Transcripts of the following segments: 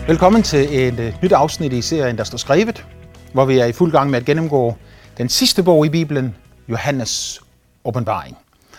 Velkommen til et nyt afsnit i serien, der står skrevet, hvor vi er i fuld gang med at gennemgå den sidste bog i Bibelen, Johannes Åbenbaring.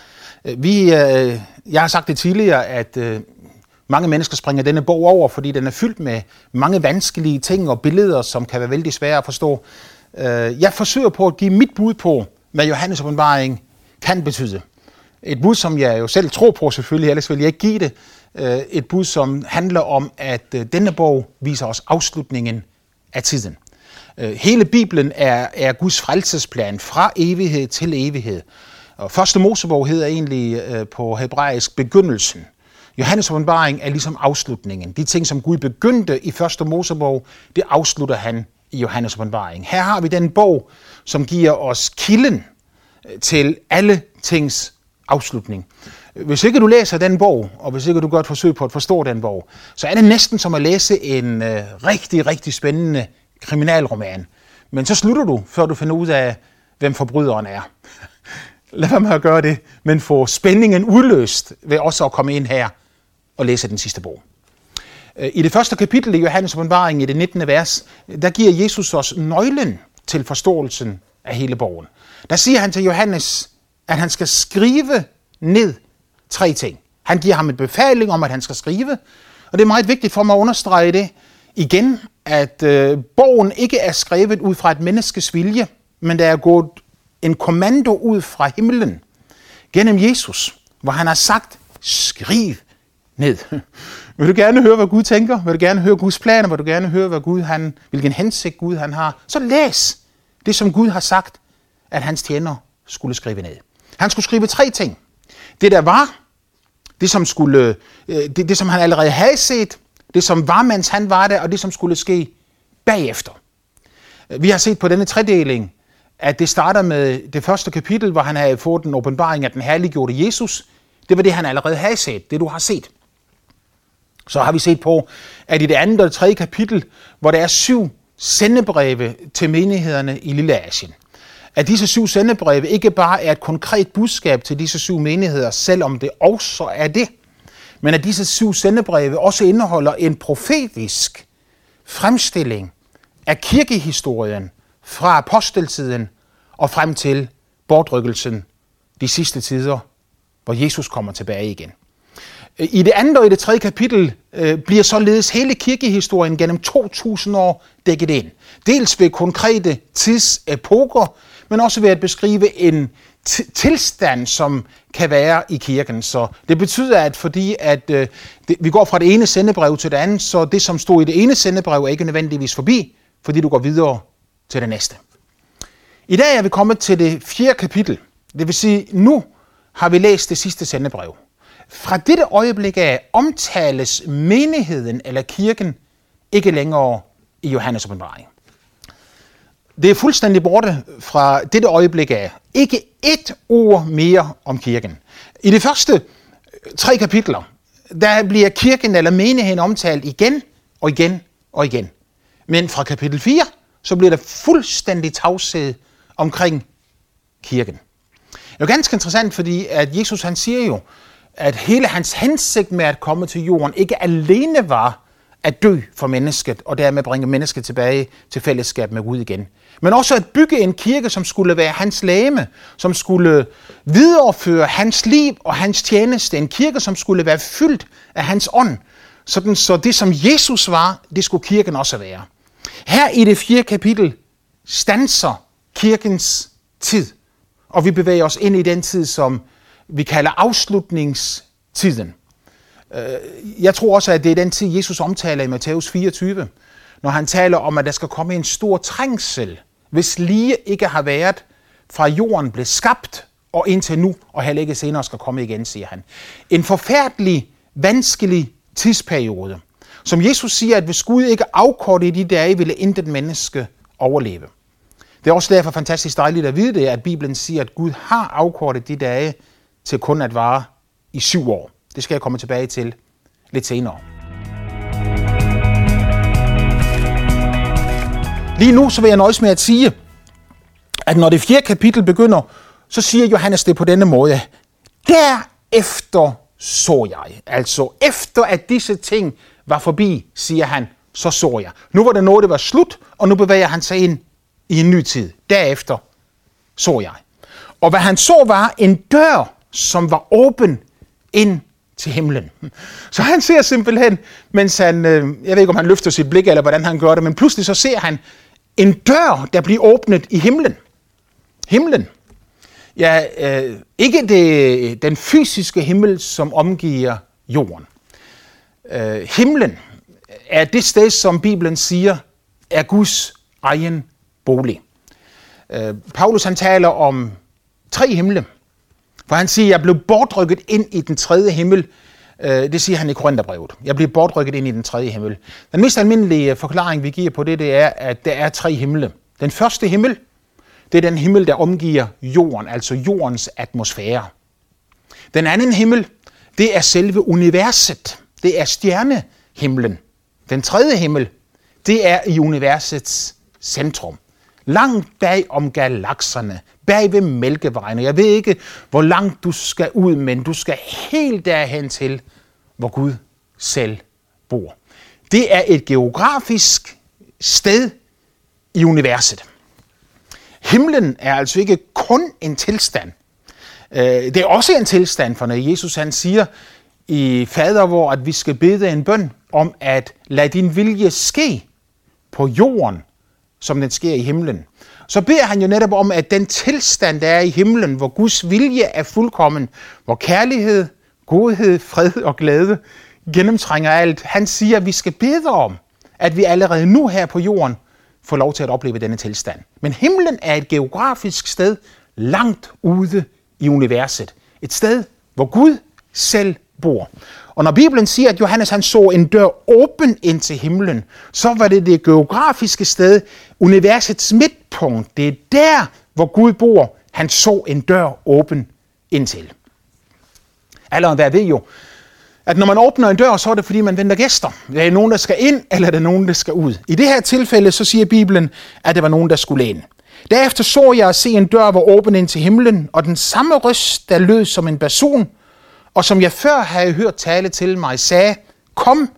Jeg har sagt det tidligere, at mange mennesker springer denne bog over, fordi den er fyldt med mange vanskelige ting og billeder, som kan være vældig svære at forstå. Jeg forsøger på at give mit bud på, hvad Johannes Åbenbaring kan betyde. Et bud, som jeg jo selv tror på selvfølgelig, ellers vil jeg ikke give det. Et bud, som handler om, at denne bog viser os afslutningen af tiden. Hele Bibelen er Guds frelsesplan fra evighed til evighed. Og første Mosebog hedder egentlig på hebraisk begyndelsen. Johannes Åbenbaring er ligesom afslutningen. De ting, som Gud begyndte i første Mosebog, det afslutter han i Johannes Åbenbaring. Her har vi den bog, som giver os kilden til alle tings afslutning. Hvis ikke du læser den bog, og hvis ikke du gør et forsøg på at forstå den bog, så er det næsten som at læse en rigtig, rigtig spændende kriminalroman. Men så slutter du, før du finder ud af, hvem forbryderen er. Lad være med at gøre det, men få spændingen udløst ved også at komme ind her og læse den sidste bog. I det første kapitel i Johannes Åbenbaring, i det 19. vers, der giver Jesus os nøglen til forståelsen af hele bogen. Der siger han til Johannes, at han skal skrive ned 3 ting. Han giver ham en befaling om, at han skal skrive, og det er meget vigtigt for mig at understrege det igen, at bogen ikke er skrevet ud fra et menneskes vilje, men der er gået en kommando ud fra himlen gennem Jesus, hvor han har sagt, skriv ned. Vil du gerne høre, hvad Gud tænker? Vil du gerne høre Guds planer? Vil du gerne høre, hvilken hensigt Gud han har? Så læs det, som Gud har sagt, at hans tjener skulle skrive ned. Han skulle skrive 3 ting. Det der var, det som han allerede havde set, det som var, mens han var der, og det som skulle ske bagefter. Vi har set på denne tredeling, at det starter med det første kapitel, hvor han havde fået en åbenbaring af den herliggjorte Jesus. Det var det, han allerede havde set, det du har set. Så har vi set på, at i det andet og det 3. kapitel, hvor der er 7 sendebreve til menighederne i Lilleasien, at disse 7 sendebreve ikke bare er et konkret budskab til disse 7 menigheder, selvom det også er det, men at disse 7 sendebreve også indeholder en profetisk fremstilling af kirkehistorien fra aposteltiden og frem til bortrykkelsen de sidste tider, hvor Jesus kommer tilbage igen. I det andet og i det 3. kapitel bliver således hele kirkehistorien gennem 2000 år dækket ind. Dels ved konkrete tidsepoker, men også ved at beskrive en tilstand, som kan være i kirken. Så det betyder, at fordi vi går fra det ene sendebrev til det andet, så det, som stod i det ene sendebrev, er ikke nødvendigvis forbi, fordi du går videre til det næste. I dag er vi kommet til det 4. kapitel. Det vil sige, nu har vi læst det sidste sendebrev. Fra dette øjeblik af omtales menigheden eller kirken ikke længere i Johannes Åbenbaring. Det er fuldstændig borte fra dette øjeblik af. Ikke ét ord mere om kirken. I de første 3 kapitler, der bliver kirken eller menigheden omtalt igen og igen og igen. Men fra kapitel 4, så bliver der fuldstændig tavshed omkring kirken. Det er jo ganske interessant, fordi at Jesus han siger jo, at hele hans hensigt med at komme til jorden ikke alene var at dø for mennesket, og dermed bringe mennesket tilbage til fællesskab med Gud igen. Men også at bygge en kirke, som skulle være hans legeme, som skulle videreføre hans liv og hans tjeneste. En kirke, som skulle være fyldt af hans ånd. Så det, som Jesus var, det skulle kirken også være. Her i det 4. kapitel standser kirkens tid, og vi bevæger os ind i den tid, som vi kalder afslutningstiden. Jeg tror også, at det er den tid, Jesus omtaler i Matthæus 24, når han taler om, at der skal komme en stor trængsel, hvis lige ikke har været fra jorden blev skabt og indtil nu, og heller ikke senere skal komme igen, siger han. En forfærdelig, vanskelig tidsperiode, som Jesus siger, at hvis Gud ikke afkortede i de dage, ville intet menneske overleve. Det er også derfor fantastisk dejligt at vide det, at Bibelen siger, at Gud har afkortet de dage til kun at vare i 7 år. Det skal jeg komme tilbage til lidt senere. Lige nu så vil jeg nøjes med at sige, at når det 4. kapitel begynder, så siger Johannes det på denne måde. Derefter så jeg, altså efter at disse ting var forbi, siger han, så så jeg. Nu var det noget, der var slut, og nu bevæger han sig ind i en ny tid. Derefter så jeg. Og hvad han så var en dør, som var åben ind til himlen. Så han ser simpelthen, mens han, jeg ved ikke om han løfter sit blik, eller hvordan han gør det, men pludselig så ser han en dør, der bliver åbnet i himlen. Himlen. Ja, ikke den fysiske himmel, som omgiver jorden. Himlen er det sted, som Bibelen siger, er Guds egen bolig. Paulus han taler om 3 himle, for han siger, jeg blev bortrykket ind i den 3. himmel. Det siger han i Korintherbrevet. Jeg blev bortrykket ind i den 3. himmel. Den mest almindelige forklaring, vi giver på det er, at der er 3 himle. Den første himmel, det er den himmel, der omgiver jorden, altså jordens atmosfære. Den anden himmel, det er selve universet. Det er stjernehimlen. Den 3. himmel, det er i universets centrum. Langt bag om galakserne, bag ved Mælkevejen. Jeg ved ikke, hvor langt du skal ud, men du skal helt derhen til, hvor Gud selv bor. Det er et geografisk sted i universet. Himlen er altså ikke kun en tilstand. Det er også en tilstand, for når Jesus han siger i Fader vor, at vi skal bede en bøn om at lade din vilje ske på jorden, som den sker i himlen. Så beder han jo netop om, at den tilstand, der er i himlen, hvor Guds vilje er fuldkommen, hvor kærlighed, godhed, fred og glæde gennemtrænger alt. Han siger, at vi skal bede om, at vi allerede nu her på jorden får lov til at opleve denne tilstand. Men himlen er et geografisk sted langt ude i universet. Et sted, hvor Gud selv bor. Og når Bibelen siger, at Johannes han så en dør åben ind til himlen, så var det geografiske sted, universets midtpunkt. Det er der, hvor Gud bor. Han så en dør åben ind til. Alle hvad ved jo, at når man åbner en dør, så er det fordi, man venter gæster. Der er nogen, der skal ind, eller er der nogen, der skal ud. I det her tilfælde, så siger Bibelen, at det var nogen, der skulle ind. Derefter så jeg at se en dør var åben ind til himlen, og den samme røst, der lød som en basun, og som jeg før havde hørt tale til mig, sagde, kom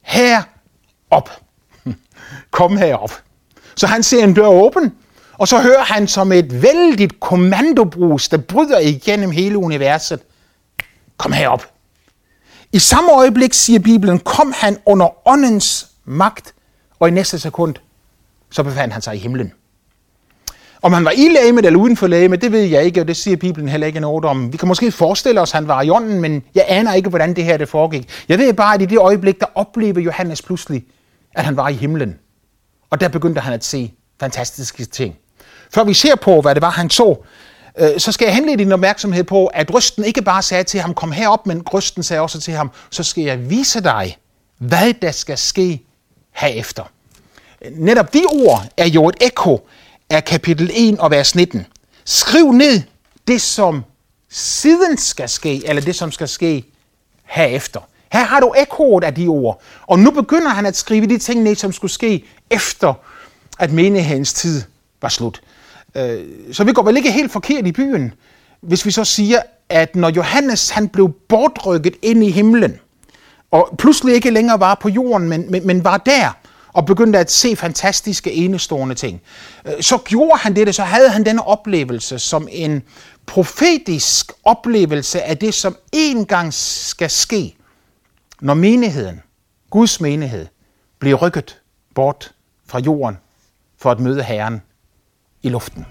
herop. Kom herop. Så han ser en dør åben, og så hører han som et vældigt kommandobrus, der bryder igennem hele universet. Kom herop. I samme øjeblik, siger Bibelen, kom han under åndens magt, og i næste sekund, så befandt han sig i himlen. Om han var i legemet eller uden for legemet, det ved jeg ikke, og det siger Bibelen heller ikke noget om. Vi kan måske forestille os, at han var i ånden, men jeg aner ikke, hvordan det her det foregik. Jeg ved bare, at i det øjeblik, der oplevede Johannes pludselig, at han var i himlen. Og der begyndte han at se fantastiske ting. Før vi ser på, hvad det var, han så, så skal jeg henlede din opmærksomhed på, at røsten ikke bare sagde til ham, kom herop, men røsten sagde også til ham, så skal jeg vise dig, hvad der skal ske herefter. Netop de ord er jo et ekko af kapitel 1 og vers 19. Skriv ned det, som siden skal ske, eller det, som skal ske herefter. Her har du ekkoet af de ord, og nu begynder han at skrive de ting ned, som skulle ske efter, at menighedens tid var slut. Så vi går vel ikke helt forkert i byen, hvis vi så siger, at når Johannes han blev bortrykket ind i himlen, og pludselig ikke længere var på jorden, men var der, og begyndte at se fantastiske, enestående ting, så gjorde han det, så havde han denne oplevelse som en profetisk oplevelse af det, som en gang skal ske, når menigheden, Guds menighed, bliver rykket bort fra jorden for at møde Herren i luften.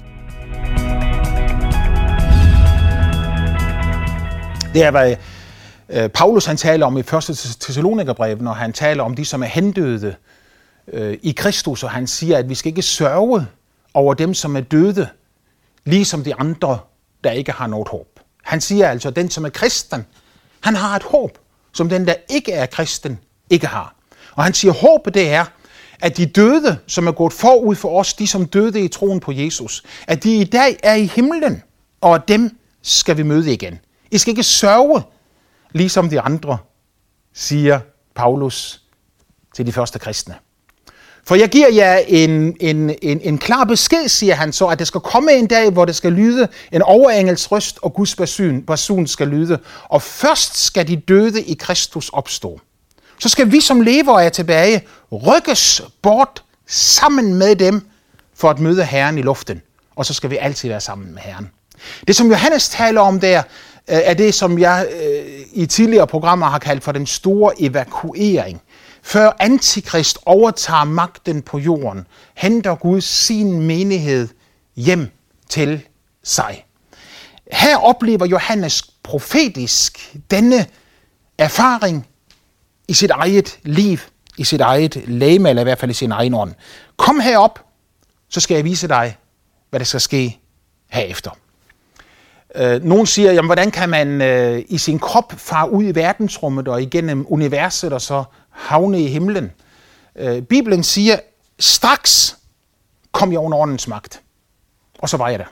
Det er, hvad Paulus han taler om i 1. Thessalonikerbrev, når han taler om de, som er hendøde i Kristus, og han siger, at vi skal ikke sørge over dem, som er døde, ligesom de andre, der ikke har noget håb. Han siger altså, at den, som er kristen, han har et håb, som den, der ikke er kristen, ikke har. Og han siger, håbet det er, at de døde, som er gået forud for os, de som døde i troen på Jesus, at de i dag er i himlen, og at dem skal vi møde igen. I skal ikke sørge, ligesom de andre, siger Paulus til de første kristne. For jeg giver jer en klar besked, siger han så, at der skal komme en dag, hvor der skal lyde en overengels røst, og Guds basun skal lyde. Og først skal de døde i Kristus opstå. så skal vi, som lever og er tilbage, rykkes bort sammen med dem for at møde Herren i luften. Og så skal vi altid være sammen med Herren. Det, som Johannes taler om der, er det, som jeg i tidligere programmer har kaldt for den store evakuering. Før Antikrist overtager magten på jorden, henter Gud sin menighed hjem til sig. Her oplever Johannes profetisk denne erfaring i sit eget liv, i sit eget legeme, eller i hvert fald i sin egen ånd. Kom herop, så skal jeg vise dig, hvad der skal ske herefter. Nogen siger, jamen, hvordan kan man i sin krop fare ud i verdensrummet og igennem universet og så havne i himlen? Bibelen siger, straks kom jeg under åndens magt. Og så var jeg der.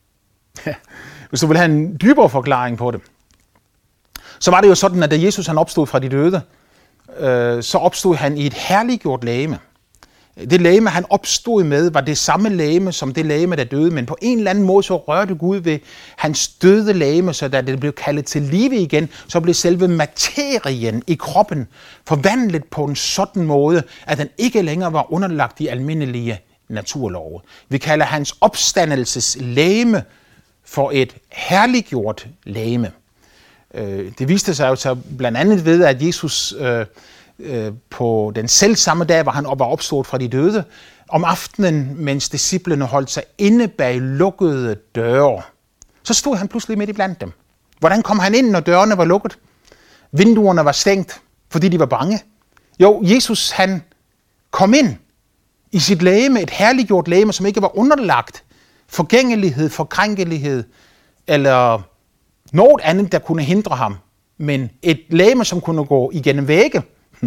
Hvis du vil have en dybere forklaring på det, så var det jo sådan, at da Jesus han opstod fra de døde, så opstod han i et herliggjort legeme. Det legeme, han opstod med, var det samme legeme som det legeme, der døde, men på en eller anden måde så rørte Gud ved hans døde legeme, så da det blev kaldet til live igen, så blev selve materien i kroppen forvandlet på en sådan måde, at den ikke længere var underlagt de almindelige naturlove. Vi kalder hans opstandelseslegeme for et herliggjort legeme. Det viste sig jo så blandt andet ved, at Jesus på den selv samme dag, hvor han var opstået fra de døde, om aftenen, mens disciplene holdt sig inde bag lukkede døre, så stod han pludselig midt i blandt dem. Hvordan kom han ind, når dørene var lukket? Vinduerne var stængt, fordi de var bange. Jo, Jesus han kom ind i sit legeme, et herliggjort legeme, som ikke var underlagt forgængelighed, forkrænkelighed eller noget andet, der kunne hindre ham, men et legeme, som kunne gå igennem vægge.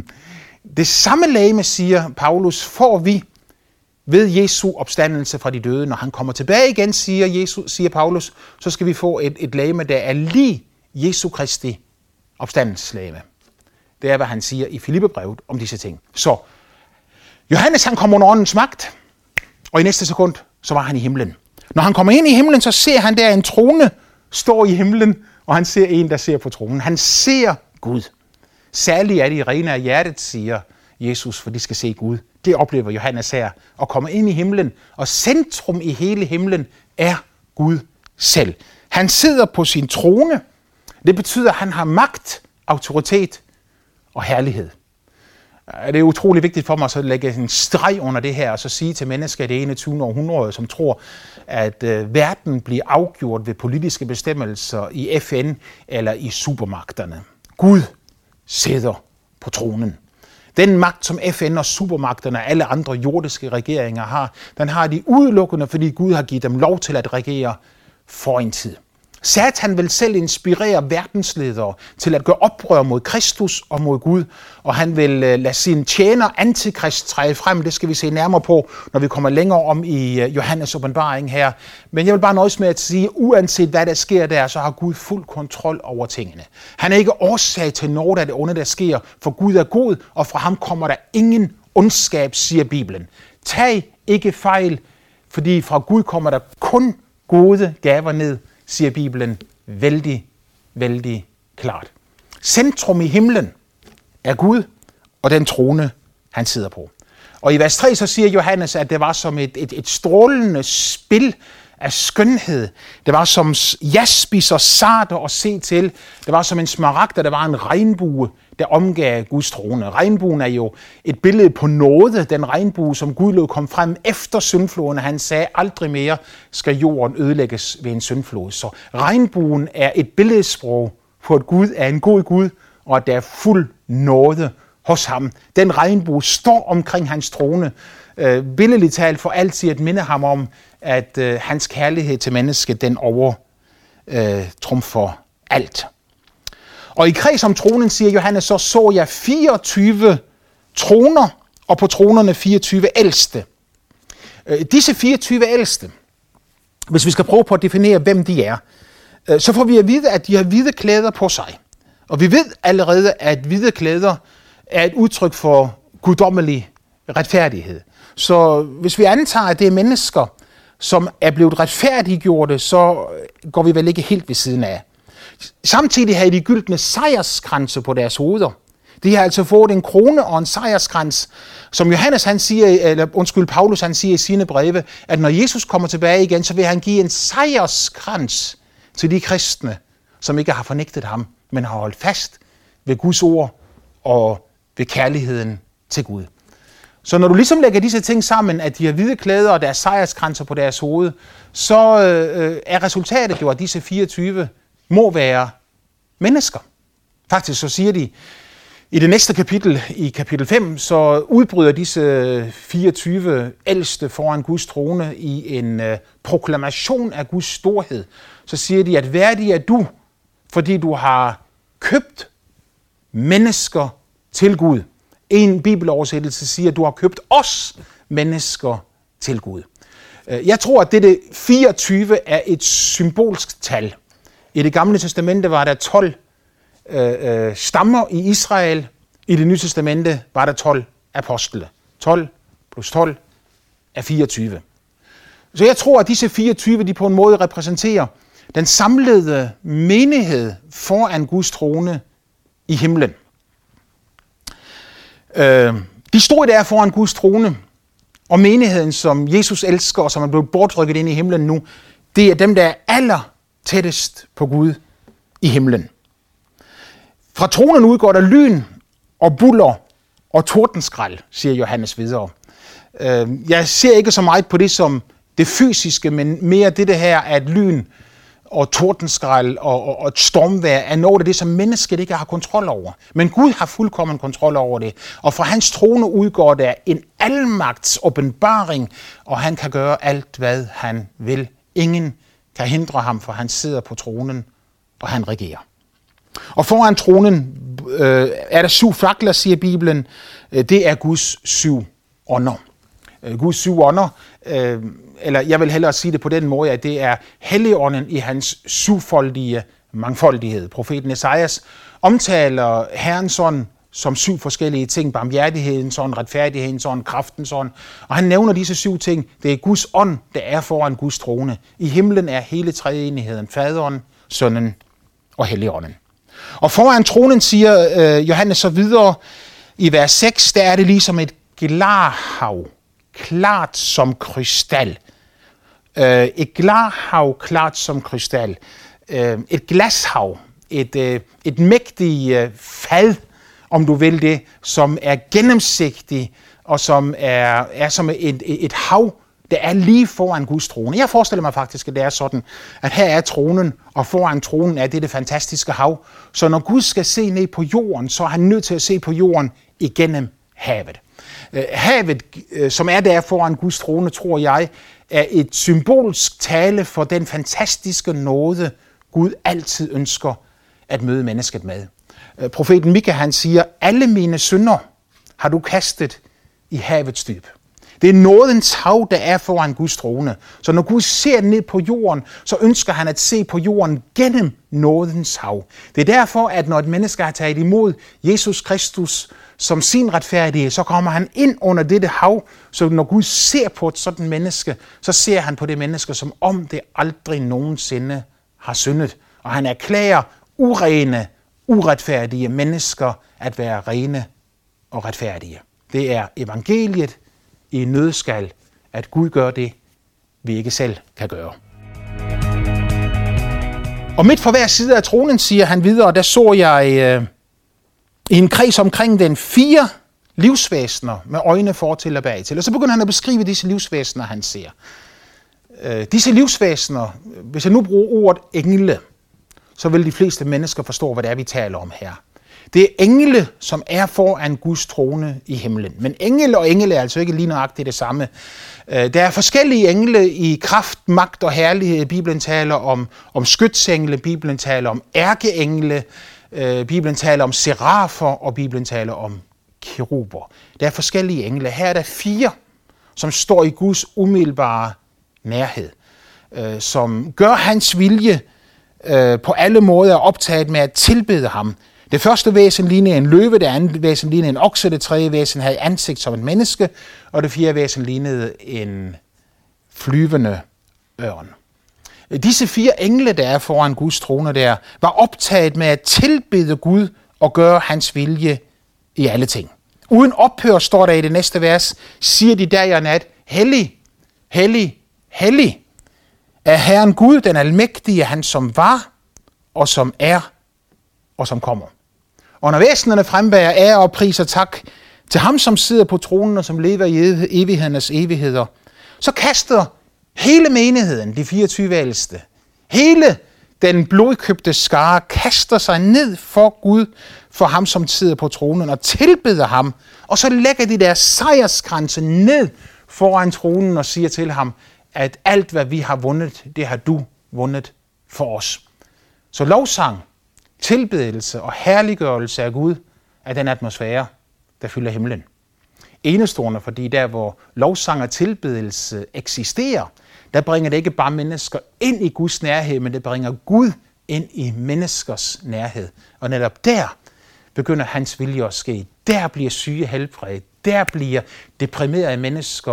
Det samme legeme, siger Paulus, får vi ved Jesu opstandelse fra de døde. Når han kommer tilbage igen, siger Paulus, så skal vi få et legeme, der er lige Jesu Kristi opstandelseslegeme. Det er, hvad han siger i Filippebrevet om disse ting. Så Johannes, han kommer under åndens magt, og i næste sekund, så var han i himlen. Når han kommer ind i himlen, så ser han der en trone står i himlen, og han ser en, der ser på tronen. Han ser Gud. Særligt er de rene af hjertet, siger Jesus, for de skal se Gud. Det oplever Johannes her, og kommer ind i himlen, og centrum i hele himlen er Gud selv. Han sidder på sin trone. Det betyder, at han har magt, autoritet og herlighed. Det er utrolig vigtigt for mig at lægge en streg under det her, og så sige til mennesker i det 21. århundrede, som tror, at verden bliver afgjort ved politiske bestemmelser i FN eller i supermagterne. Gud sidder på tronen. Den magt, som FN og supermagterne og alle andre jordiske regeringer har, den har de udelukkende, fordi Gud har givet dem lov til at regere for en tid. Satan vil selv inspirere verdensledere til at gøre oprør mod Kristus og mod Gud, og han vil lade sin tjener Antikrist træde frem. Det skal vi se nærmere på, når vi kommer længere om i Johannes åbenbaring her. Men jeg vil bare nøjes med at sige, uanset hvad der sker der, så har Gud fuld kontrol over tingene. Han er ikke årsag til noget af det onde, der sker, for Gud er god, og fra ham kommer der ingen ondskab, siger Bibelen. Tag ikke fejl, fordi fra Gud kommer der kun gode gaver ned, siger Bibelen vældig, vældig klart. Centrum i himlen er Gud og den trone, han sidder på. Og i vers 3 så siger Johannes, at det var som et strålende spil af skønhed. Det var som jaspis og sarder at se til. Det var som en smaragd, og der var en regnbue, der omgav Guds trone. Regnbuen er jo et billede på nåde, den regnbue, som Gud lod komme frem efter syndfloden. Han sagde, aldrig mere skal jorden ødelægges ved en syndflod. Så regnbuen er et billedsprog for, at Gud er en god Gud, og at der er fuld nåde hos ham. Den regnbue står omkring hans trone, billedligt talt for altid at minde ham om, at hans kærlighed til mennesket, den overtrumfer alt. Og i kreds om tronen, siger Johannes, så jeg 24 troner, og på tronerne 24 ældste. Disse 24 ældste, hvis vi skal prøve på at definere, hvem de er, så får vi at vide, at de har hvide klæder på sig. Og vi ved allerede, at hvide klæder er et udtryk for guddommelig retfærdighed. Så hvis vi antager, at det er mennesker, som er blevet retfærdiggjorte, så går vi vel ikke helt ved siden af. Samtidig havde de gyldne sejrskranse på deres hoveder. De har altså fået en krone og en sejrskrans, som Paulus han siger i sine breve, at når Jesus kommer tilbage igen, så vil han give en sejrskrans til de kristne, som ikke har fornægtet ham, men har holdt fast ved Guds ord og ved kærligheden til Gud. Så når du ligesom lægger disse ting sammen, at de har hvide klæder og deres sejrskranser på deres hoved, så er resultatet jo, at disse 24 må være mennesker. Faktisk så siger de, i det næste kapitel, i kapitel 5, så udbryder disse 24 ældste foran Guds trone i en proklamation af Guds storhed. Så siger de, at værdig er du, fordi du har købt mennesker til Gud. En bibeloversættelse siger, at du har købt os mennesker til Gud. Jeg tror, at dette 24 er et symbolsk tal. I det gamle testamente var der 12 stammer i Israel. I det nye testamente var der 12 apostle. 12 plus 12 er 24. Så jeg tror, at disse 24 de på en måde repræsenterer den samlede menighed foran Guds trone i himlen. De stod der foran Guds trone, og menigheden, som Jesus elsker, og som er blevet bortrykket ind i himlen nu, det er dem, der er aller tættest på Gud i himlen. Fra tronen udgår der lyn og buller og tordenskrald, siger Johannes videre. Jeg ser ikke så meget på det som det fysiske, men mere det her, at lyn og tordenskrald og et stormvejr er noget af det, som mennesket ikke har kontrol over. Men Gud har fuldkommen kontrol over det. Og fra hans trone udgår der en almagts åbenbaring, og han kan gøre alt, hvad han vil. Ingen kan hindre ham, for han sidder på tronen, og han regerer. Og foran tronen er der 7 fakler, siger Bibelen. Det er Guds 7 ånder. Guds 7 ånder, eller jeg vil hellere sige det på den måde, at det er Helligånden i hans syvfoldige mangfoldighed. Profeten Esajas omtaler Herrens ånd som 7 forskellige ting. Barmhjertighedens ånd, retfærdighedens ånd, kraftens ånd. Og han nævner disse 7 ting. Det er Guds ånd, der er foran Guds trone. I himlen er hele treenigheden, Faderen, Sønnen og Helligånden. Og foran tronen siger Johannes så videre i vers 6, der er det ligesom et glarhav, klart som krystal. Et glarhav, klart som krystal. Et glashav, et mægtigt fad, om du vil det, som er gennemsigtig, og som er som et hav, der er lige foran Guds trone. Jeg forestiller mig faktisk, at det er sådan, at her er tronen, og foran tronen er det fantastiske hav. Så når Gud skal se ned på jorden, så er han nødt til at se på jorden igennem havet. Havet, som er der foran Guds trone, tror jeg, er et symbolsk tale for den fantastiske nåde, Gud altid ønsker at møde mennesket med. Profeten Mika, han siger, alle mine synder har du kastet i havets dyb. Det er nådens hav, der er foran Guds trone. Så når Gud ser ned på jorden, så ønsker han at se på jorden gennem nådens hav. Det er derfor, at når et menneske har taget imod Jesus Kristus som sin retfærdige, så kommer han ind under dette hav. Så når Gud ser på et sådan menneske, så ser han på det menneske, som om det aldrig nogensinde har syndet. Og han erklærer urene, uretfærdige mennesker at være rene og retfærdige. Det er evangeliet i en nøddeskal, at Gud gør det, vi ikke selv kan gøre. Og midt for hver side af tronen, siger han videre, der så jeg i en kreds omkring den 4 livsvæsener med øjne fortil og bag til. Og så begynder han at beskrive disse livsvæsener, han ser. Disse livsvæsener, hvis jeg nu bruger ordet engle, så vil de fleste mennesker forstå, hvad det er, vi taler om her. Det er engle, som er foran Guds trone i himlen. Men engle og engle er altså ikke lige nøjagtigt det samme. Der er forskellige engle i kraft, magt og herlighed. Bibelen taler om skytsengle, Bibelen taler om ærkeengle, Bibelen taler om serafer, og Bibelen taler om keruber. Der er forskellige engle. Her er der 4, som står i Guds umiddelbare nærhed, som gør hans vilje på alle måder optaget med at tilbede ham. Det første væsen lignede en løve, det andet væsen lignede en okse, det tredje væsen havde ansigt som et menneske, og det fjerde væsen lignede en flyvende ørn. Disse 4 engle, der er foran Guds trone der, var optaget med at tilbede Gud og gøre hans vilje i alle ting. Uden ophør, står der i det næste vers, siger de dag og nat, hellig, hellig, hellig er Herren Gud, den almægtige, han som var, og som er, og som kommer. Og når væsenerne frembærer ære og pris og tak til ham, som sidder på tronen og som lever i evighedernes evigheder, så kaster hele menigheden, de 24 ældste, hele den blodkøbte skare, kaster sig ned for Gud, for ham, som sidder på tronen, og tilbeder ham. Og så lægger de deres sejrskranse ned foran tronen og siger til ham, at alt, hvad vi har vundet, det har du vundet for os. Så lovsang, tilbedelse og herliggørelse af Gud er den atmosfære, der fylder himlen. Enestående, fordi der, hvor lovsang og tilbedelse eksisterer, der bringer det ikke bare mennesker ind i Guds nærhed, men det bringer Gud ind i menneskers nærhed. Og netop der begynder hans vilje at ske. Der bliver syge helbredt. Der bliver deprimerede mennesker,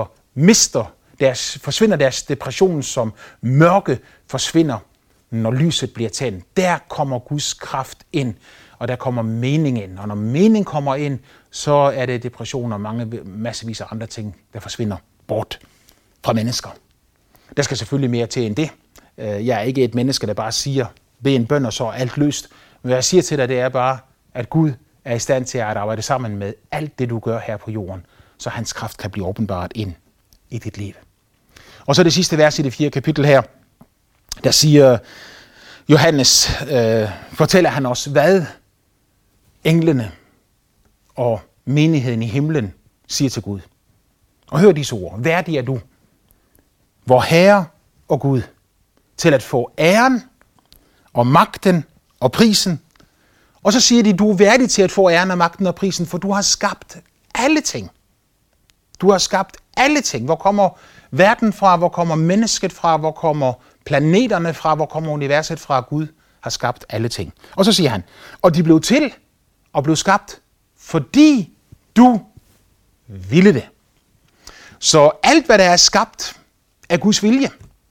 forsvinder deres depression som mørke forsvinder, når lyset bliver tændt. Der kommer Guds kraft ind, og der kommer mening ind. Og når mening kommer ind, så er det depression og massevis af andre ting, der forsvinder bort fra mennesker. Der skal selvfølgelig mere til end det. Jeg er ikke et menneske, der bare siger, bed en bøn, og så er alt løst. Men hvad jeg siger til dig, det er bare, at Gud er i stand til at arbejde sammen med alt det, du gør her på jorden, så hans kraft kan blive åbenbart ind i dit liv. Og så det sidste vers i det 4. kapitel her, der siger Johannes, fortæller han os, hvad englene og menigheden i himlen siger til Gud. Og hør disse ord. Værdig er du, vor Herre og Gud, til at få æren og magten og prisen. Og så siger de, du er værdig til at få æren og magten og prisen, for du har skabt alle ting. Du har skabt alle ting. Hvor kommer verden fra? Hvor kommer mennesket fra? Hvor kommer planeterne fra? Hvor kommer universet fra? Gud har skabt alle ting. Og så siger han, og de blev til og blev skabt, fordi du ville det. Så alt, hvad der er skabt, er Guds vilje.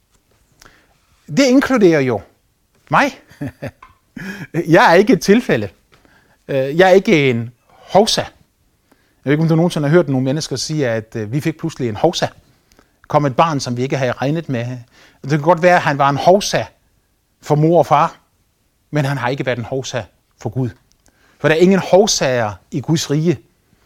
Det inkluderer jo mig. Jeg er ikke et tilfælde. Jeg er ikke en hovsa. Jeg ved ikke, om du nogensinde har hørt nogle mennesker sige, at vi fik pludselig en hovsa. Kom et barn, som vi ikke havde regnet med. Det kan godt være, at han var en hovsa for mor og far, men han har ikke været en hovsa for Gud. For der er ingen hovsager i Guds rige.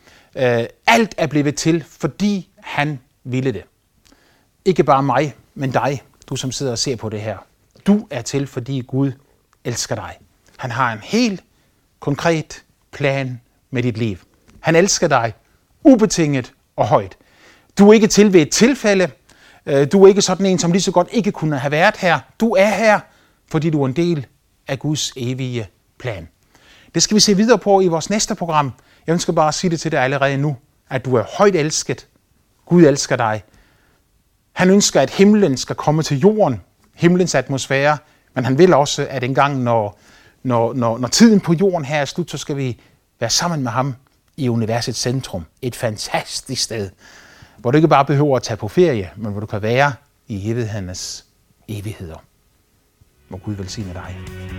Alt er blevet til, fordi han ville det. Ikke bare mig, men dig, du som sidder og ser på det her. Du er til, fordi Gud elsker dig. Han har en helt konkret plan med dit liv. Han elsker dig ubetinget og højt. Du er ikke til ved et tilfælde. Du er ikke sådan en, som lige så godt ikke kunne have været her. Du er her, fordi du er en del af Guds evige plan. Det skal vi se videre på i vores næste program. Jeg ønsker bare at sige det til dig allerede nu, at du er højt elsket. Gud elsker dig. Han ønsker, at himlen skal komme til jorden, himlens atmosfære, men han vil også, at engang, når tiden på jorden her er slut, så skal vi være sammen med ham i universets centrum. Et fantastisk sted, hvor du ikke bare behøver at tage på ferie, men hvor du kan være i evighedernes evigheder. Må Gud velsigne dig.